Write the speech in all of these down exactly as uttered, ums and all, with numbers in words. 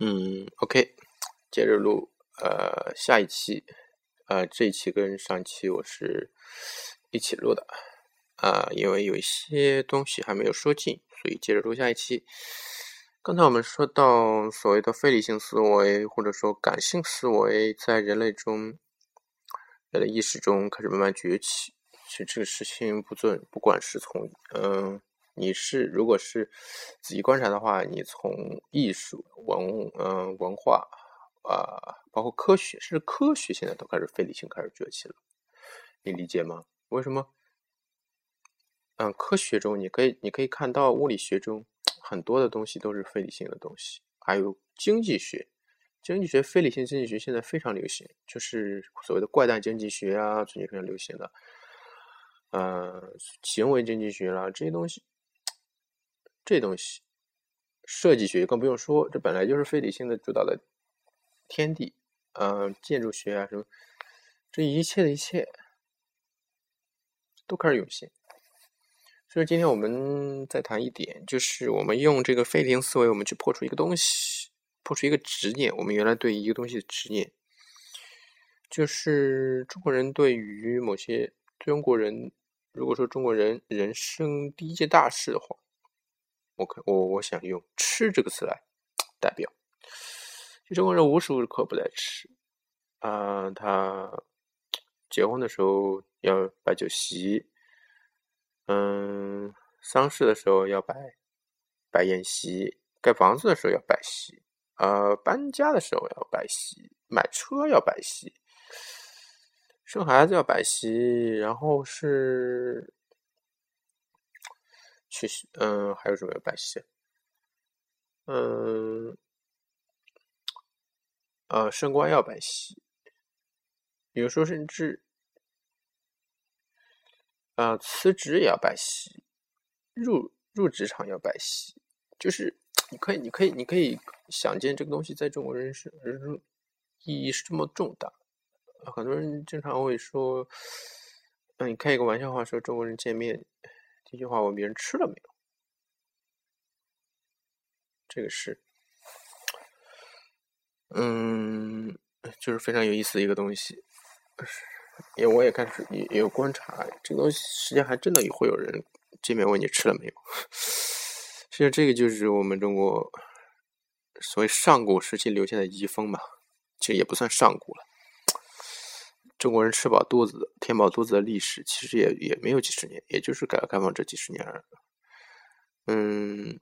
嗯 OK 接着录呃下一期呃这一期跟上一期我是一起录的啊、呃，因为有一些东西还没有说尽，所以接着录下一期。刚才我们说到所谓的非理性思维或者说感性思维在人类中人类意识中开始慢慢崛起。其实这个事情不准不管是从嗯、呃你是如果是仔细观察的话，你从艺术文嗯、呃、文化啊、呃，包括科学，甚至科学现在都开始非理性开始崛起了，你理解吗？为什么？嗯，科学中你可以你可以看到物理学中很多的东西都是非理性的东西，还有经济学，经济学非理性经济学现在非常流行，就是所谓的怪诞经济学啊，最近非常流行的，呃，行为经济学啦这些东西。这东西，设计学更不用说，这本来就是非理性的主导的天地，呃，建筑学啊什么，这一切的一切都开始涌现。所以今天我们再谈一点，就是我们用这个非理性思维，我们去破除一个东西，破除一个执念。我们原来对一个东西的执念，就是中国人对于某些中国人，如果说中国人人生第一件大事的话。我我我想用吃这个词来代表，就中国人无时无刻不在吃啊、呃，他结婚的时候要摆酒席，嗯，丧事的时候要摆摆宴席，盖房子的时候要摆席，呃，搬家的时候要摆席，买车要摆席，生孩子要摆席，然后是去嗯，还有什么要摆席？嗯，呃，升官要摆席，有时候甚至，呃，辞职也要摆席，入入职场要摆席，就是你可以，你可以，你可以想见这个东西在中国人生人生意义是这么重大。很多人经常会说，嗯，你开一个玩笑话说中国人见面第一句话问别人吃了没有，这个是。嗯，就是非常有意思的一个东西，因为我也开始也也有观察，这个东西实际上还真的会有人见面问你吃了没有。实际上这个就是我们中国所谓上古时期留下的遗风嘛，其实也不算上古了。中国人吃饱肚子、填饱肚子的历史，其实也也没有几十年，也就是改革开放这几十年而已。嗯。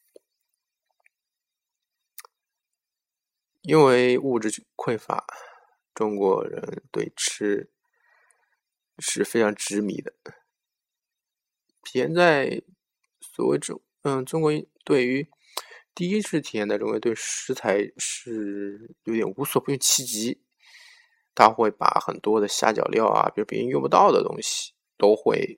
因为物质匮乏，中国人对吃是非常执迷的。体现在所谓中，嗯，中国对于第一是体现在中国对食材是有点无所不用其极，他会把很多的下脚料啊，比如别人用不到的东西，都会，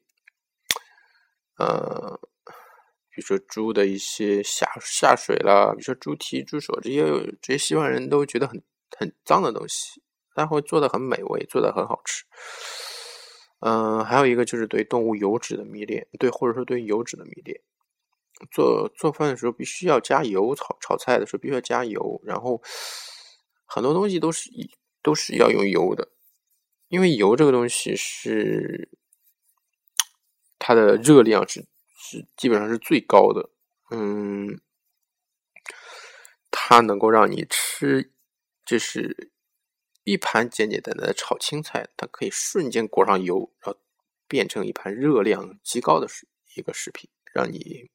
呃。比如说猪的一些下下水啦，比如说猪蹄、猪手这些这些西方人都觉得很很脏的东西，他会做的很美味，做的很好吃。嗯、呃，还有一个就是对动物油脂的迷恋，对或者说对油脂的迷恋。做做饭的时候必须要加油，炒炒菜的时候必须要加油，然后很多东西都是都是要用油的，因为油这个东西是它的热量是。是基本上是最高的，嗯，它能够让你吃，就是一盘简简单单的炒青菜，它可以瞬间裹上油，然后变成一盘热量极高的一个食品，让你，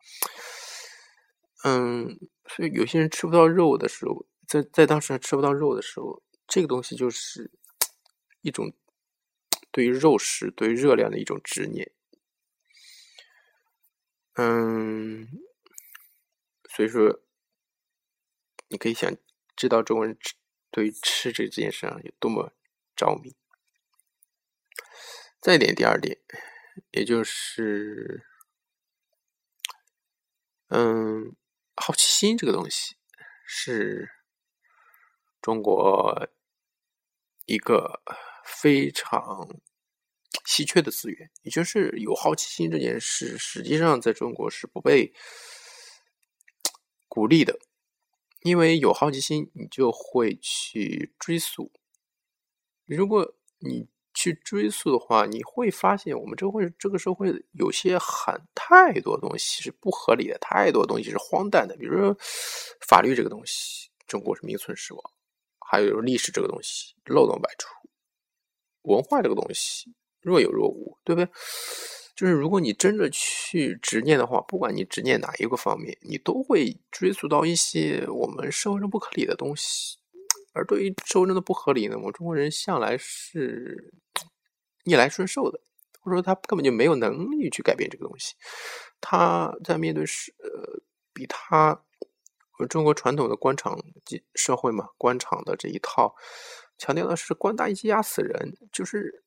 嗯，所以有些人吃不到肉的时候，在在当时还吃不到肉的时候，这个东西就是一种对于肉食、对于热量的一种执念。嗯，所以说，你可以想知道中国人对于吃这件事上有多么着迷。再一点，第二点，也就是，嗯，好奇心这个东西是中国一个非常稀缺的资源，也就是有好奇心这件事，实际上在中国是不被鼓励的。 因为有好奇心，你就会去追溯。如果你去追溯的话，你会发现我们这会这个社会有些很太多东西是不合理的，太多东西是荒诞的。比如说法律这个东西，中国是名存实亡；还有历史这个东西，漏洞百出；文化这个东西，若有若无，对不对？就是如果你真的去执念的话，不管你执念哪一个方面，你都会追溯到一些我们社会中不合理的东西。而对于社会中的不合理呢，我们中国人向来是逆来顺受的，或者说他根本就没有能力去改变这个东西。他在面对是呃比他中国传统的官场社会嘛，官场的这一套强调的是官大一级压死人，就是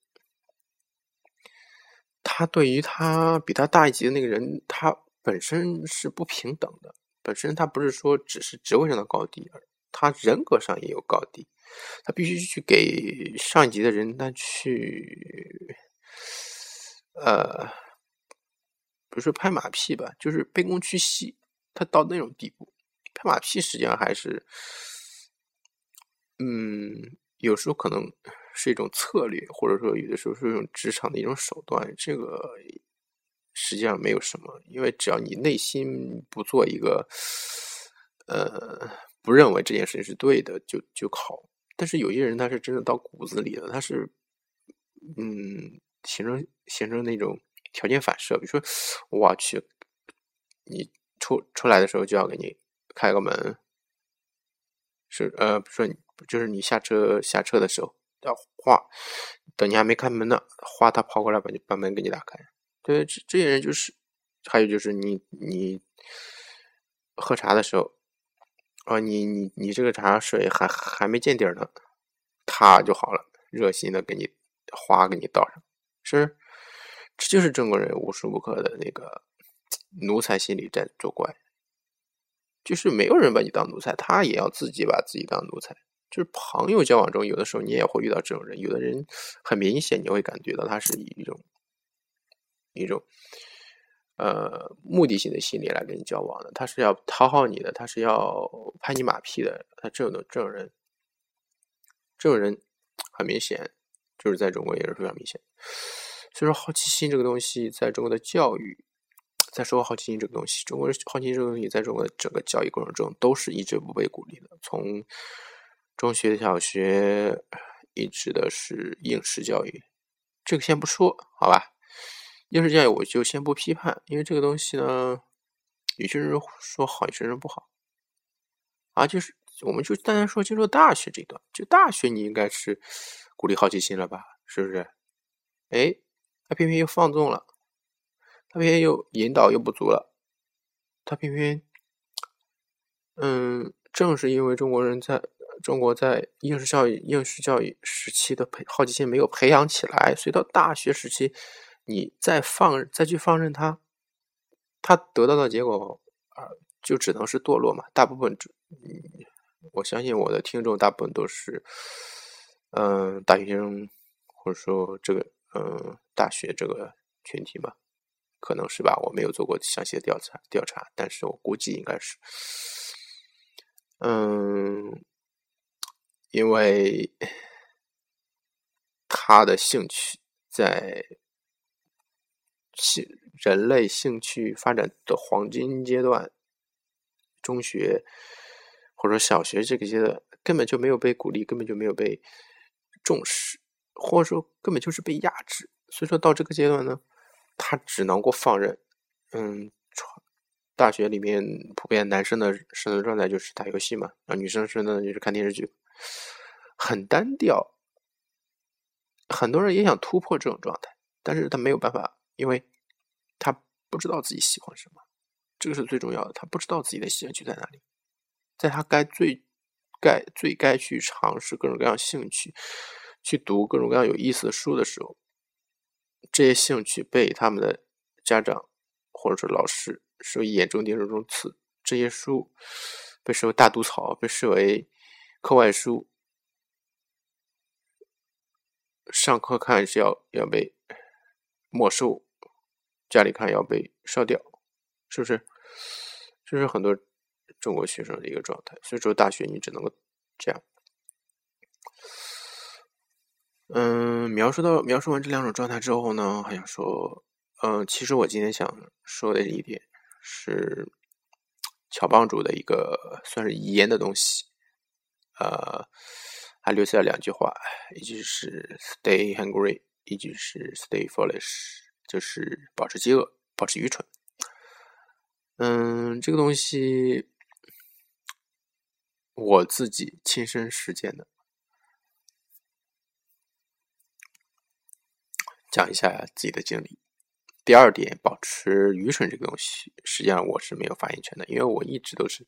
他对于他比他大一级的那个人，他本身是不平等的，本身他不是说只是职位上的高低，他人格上也有高低，他必须去给上一级的人他去呃不是拍马屁吧，就是卑躬屈膝，他到那种地步。拍马屁实际上还是嗯有时候可能是一种策略，或者说有的时候是一种职场的一种手段，这个实际上没有什么，因为只要你内心不做一个呃不认为这件事情是对的，就就好。但是有些人他是真的到骨子里的，他是嗯形成形成那种条件反射，比如说我去你出出来的时候就要给你开个门，是呃比如说你就是你下车下车的时候要哗，等你还没开门呢，哗他跑过来把你把门给你打开。对，这这些人就是，还有就是你你喝茶的时候，啊、你你你这个茶水还还没见底儿呢，他就好了，热心的给你哗给你倒上，是，这就是中国人无时不刻的那个奴才心理在作怪，就是没有人把你当奴才，他也要自己把自己当奴才。就是朋友交往中，有的时候你也会遇到这种人，有的人很明显你会感觉到他是以一种一种呃目的性的心理来跟你交往的，他是要讨好你的，他是要拍你马屁的，他这种这种人，这种人很明显就是在中国也是非常明显。所以说好奇心这个东西，在中国的教育，再说好奇心这个东西，中国好奇心这个东西，在中国的整个教育过程中都是一直不被鼓励的，从中学、小学一直的是应试教育，这个先不说，好吧？应试教育我就先不批判，因为这个东西呢，有些人说好，有些人不好啊。就是我们就单单说进入大学这段，就大学你应该是鼓励好奇心了吧？是不是？哎，他偏偏又放纵了，他偏偏又引导又不足了，他偏偏，嗯，正是因为中国人在中国在应试教育应试教育时期的培好奇心没有培养起来，所以到大学时期，你再放再去放任他，他得到的结果啊、呃，就只能是堕落嘛。大部分，嗯，我相信我的听众大部分都是，嗯、呃，大学生，或者说这个，嗯、呃，大学这个群体嘛，可能是吧。我没有做过详细的调查调查，但是我估计应该是，嗯，因为他的兴趣在兴人类兴趣发展的黄金阶段，中学或者小学这个阶段根本就没有被鼓励，根本就没有被重视，或者说根本就是被压制。所以说到这个阶段呢，他只能够放任。嗯，大学里面普遍男生的生存状态就是打游戏嘛，然后女生生呢就是看电视剧，很单调。很多人也想突破这种状态，但是他没有办法，因为他不知道自己喜欢什么，这个是最重要的。他不知道自己的兴趣在哪里，在他该最该最该去尝试各种各样兴趣，去读各种各样有意思的书的时候，这些兴趣被他们的家长或者说老师视为眼中钉、肉中刺，这些书被视为大毒草，被视为课外书。上课看是要要被没收，家里看要被烧掉，是不是？就是很多中国学生的一个状态。所以说大学你只能够这样。嗯，描述到描述完这两种状态之后呢，还想说，嗯，其实我今天想说的一点是乔帮主的一个算是遗言的东西，呃，还留下了两句话，一句是 stay hungry， 一句是 stay foolish， 就是保持饥饿，保持愚蠢。嗯，这个东西我自己亲身实践的。讲一下自己的经历。第二点，保持愚蠢这个东西，实际上我是没有发言权的，因为我一直都是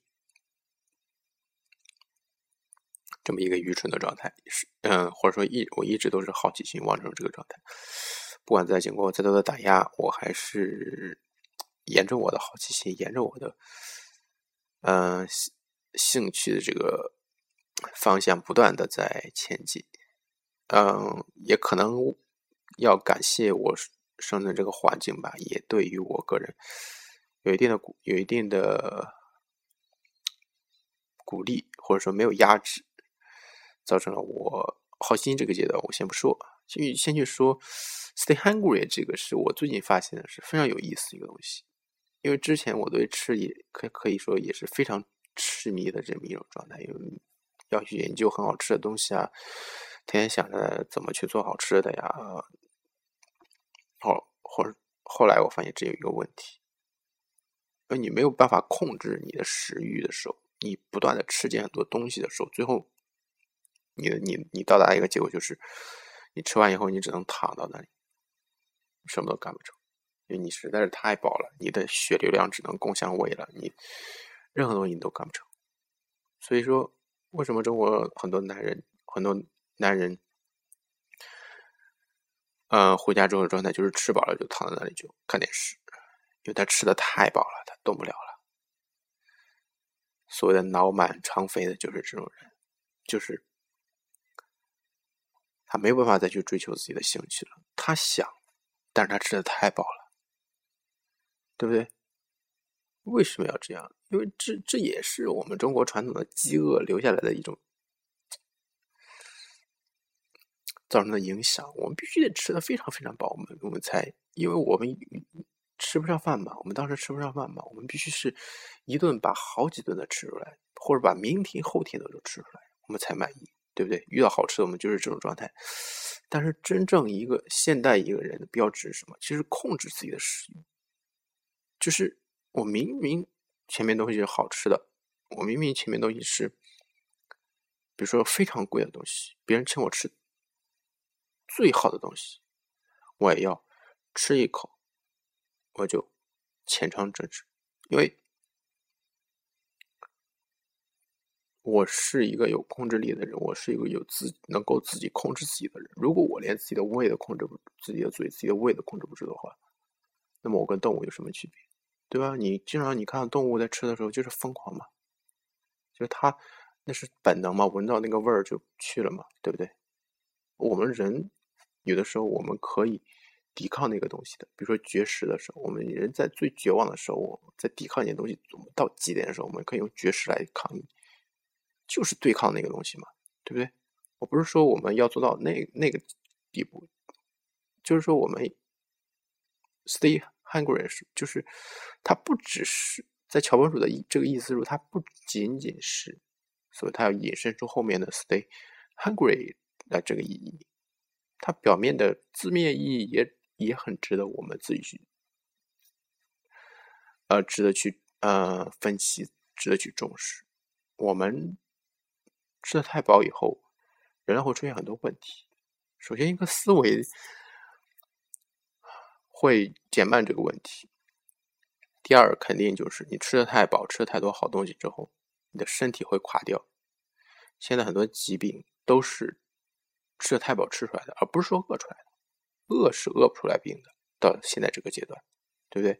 这么一个愚蠢的状态，是嗯，或者说一我一直都是好奇心旺盛这个状态。不管在经过再多的打压，我还是沿着我的好奇心，沿着我的嗯、呃、兴趣的这个方向不断的在前进。嗯，也可能要感谢我生存这个环境吧，也对于我个人有一定的有一定的鼓励，或者说没有压制，造成了我好奇心这个阶段我先不说，先先去说 stay hungry 这个是我最近发现的是非常有意思的一个东西。因为之前我对吃也可可以说也是非常痴迷的这么一种状态，因为要去研究很好吃的东西啊，天天想着怎么去做好吃的呀。后后后来我发现这有一个问题，因为你没有办法控制你的食欲的时候，你不断的吃进很多东西的时候，最后你你你到达一个结果就是，你吃完以后你只能躺到那里，什么都干不成，因为你实在是太饱了，你的血流量只能供向胃了，你任何东西你都干不成。所以说，为什么中国很多男人很多男人，呃，回家之后的状态就是吃饱了就躺在那里就看电视，因为他吃的太饱了，他动不了了。所谓的脑满肠肥的就是这种人，就是他没有办法再去追求自己的兴趣了。他想，但是他吃的太饱了，对不对？为什么要这样？因为这这也是我们中国传统的饥饿留下来的一种造成的影响。我们必须得吃的非常非常饱，我们我们才，因为我们吃不上饭嘛，我们当时吃不上饭嘛，我们必须是一顿把好几顿的吃出来，或者把明天后天的都吃出来，我们才满意，对不对？遇到好吃的我们就是这种状态。但是真正一个现代一个人的标志是什么？其实控制自己的食欲，就是我明明前面东西是好吃的，我明明前面东西是比如说非常贵的东西，别人请我吃最好的东西，我也要吃一口，我就虔诚正直。因为我是一个有控制力的人，我是一个有自能够自己控制自己的人。如果我连自己的胃都控制不住，自己的嘴、自己的胃都控制不住的话，那么我跟动物有什么区别？对吧？你经常你看到动物在吃的时候就是疯狂嘛，就是它那是本能嘛，闻到那个味儿就去了嘛，对不对？我们人有的时候我们可以抵抗那个东西的，比如说绝食的时候，我们人在最绝望的时候，我在抵抗一件东西到极点的时候，我们可以用绝食来抗议，就是对抗那个东西嘛，对不对？我不是说我们要做到那那个地步，就是说我们 stay hungry， 就是它不只是在乔帮主的这个意思是，它不仅仅是，所以它要引申出后面的 stay hungry 的这个意义，它表面的字面意义也也很值得我们自己去，呃，值得去呃分析，值得去重视。我们吃的太饱以后，仍然会出现很多问题。首先，一个思维会减慢这个问题。第二，肯定就是你吃的太饱，吃了太多好东西之后，你的身体会垮掉。现在很多疾病都是吃的太饱吃出来的，而不是说饿出来的。饿是饿不出来病的，到现在这个阶段，对不对？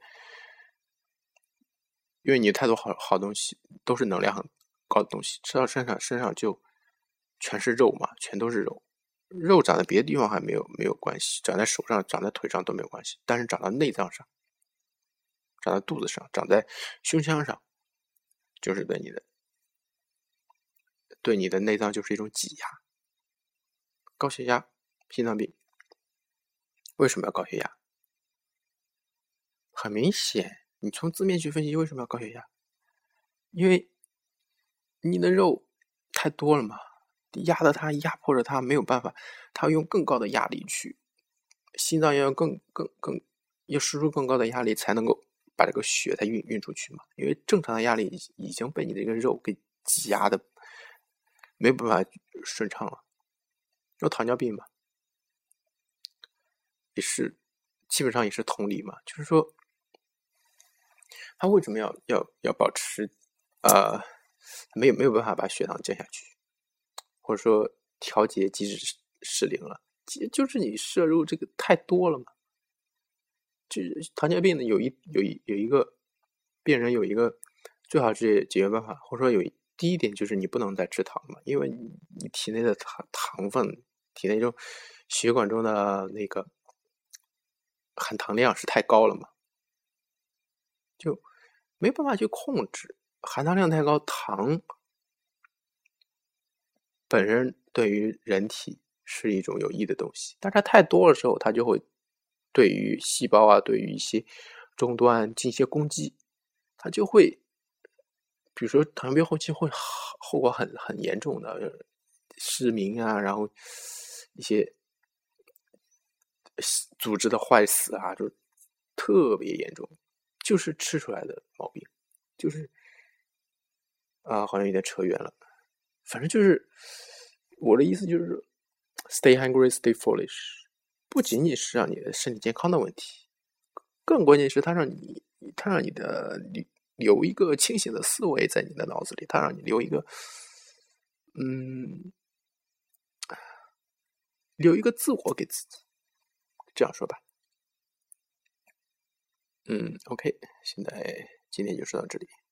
因为你太多好好东西都是能量很高的东西，吃到身上身上就全是肉嘛，全都是肉。肉长在别的地方还没有没有关系，长在手上、长在腿上都没有关系，但是长到内脏上、长在肚子上、长在胸腔上， 就是对你的对你的内脏就是一种挤压。高血压、心脏病，为什么要高血压？很明显，你从字面去分析，为什么要高血压？因为你的肉太多了嘛，压得它压迫着它没有办法，它要用更高的压力去，心脏要用更更更要输出更高的压力才能够把这个血才运运出去嘛。因为正常的压力已经被你的这个肉给挤压的没办法顺畅了。有糖尿病嘛，也是基本上也是同理嘛，就是说他为什么要要要保持呃没有没有办法把血糖降下去，或者说调节机制失灵了，其实就是你摄入这个太多了嘛。就是糖尿病的有一有一有一个病人有一个最好是解决办法，或者说有第一点就是你不能再吃糖嘛，因为你你体内的糖糖分，体内中血管中的那个含糖量是太高了嘛，就没办法去控制，含糖量太高，糖本身对于人体是一种有益的东西，但是它太多的时候，它就会对于细胞啊，对于一些终端进行一些攻击，它就会，比如说糖尿病后期会后果很很严重的，失明啊，然后一些组织的坏死啊，就特别严重，就是吃出来的毛病，就是啊，好像有点扯远了。反正就是我的意思就是 ，stay hungry, stay foolish， 不仅仅是让你的身体健康的问题，更关键是它让你，它让你的留一个清醒的思维在你的脑子里，它让你留一个，嗯，留一个自我给自己，这样说吧。嗯 ，OK， 现在今天就说到这里。